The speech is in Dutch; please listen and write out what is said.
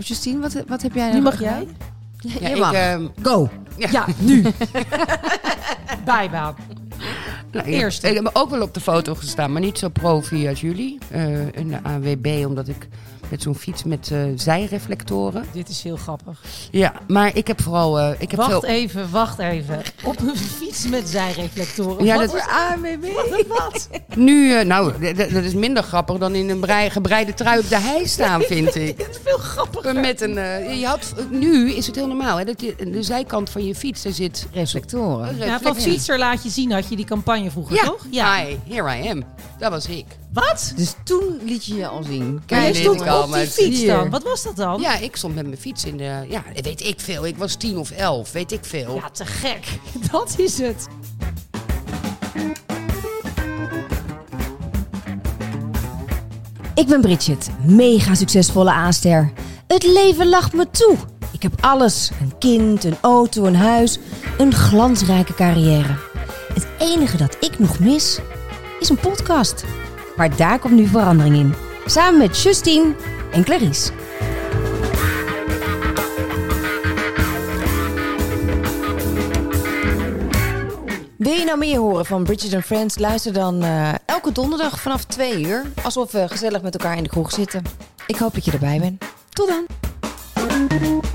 Justine, wat heb jij? Nu mag jij. Ja, je mag. Go. Ja, nu. Bijbaan. Nou, Eerst. Ik heb ook wel op de foto gestaan, maar niet zo profi als jullie. Een AWB, omdat ik met zo'n fiets met zijreflectoren. Dit is heel grappig. Ja, maar ik heb vooral... Wacht even. Op een fiets met zijreflectoren. Ja, Wat dat voor ANWB? Wat? Nu, dat is minder grappig dan in een gebreide trui op de hei staan, vind ik. Dit is veel grappiger. Met nu is het heel normaal, hè? Dat de zijkant van je fiets, daar zit Reflectoren. Ja, van Fietser laat je zien, had je die campagne vroeger, ja, toch? Ja. Hi, here I am. Dat was ik. Wat? Dus toen liet je al zien. Maar Kijk, jij dit stond kan op die maar fiets hier. dan. Wat was dat dan? Ja, ik stond met mijn fiets in de... Ja, weet ik veel. Ik was 10 of 11, weet ik veel. Ja, te gek. Dat is het. Ik ben Bridget, mega succesvolle aanster. Het leven lacht me toe. Ik heb alles. Een kind, een auto, een huis, een glansrijke carrière. Het enige dat ik nog mis, is een podcast. Maar daar komt nu verandering in. Samen met Justine en Clarice. Wil je nou meer horen van Bridget and Friends? Luister dan elke donderdag vanaf 2:00. Alsof we gezellig met elkaar in de kroeg zitten. Ik hoop dat je erbij bent. Tot dan.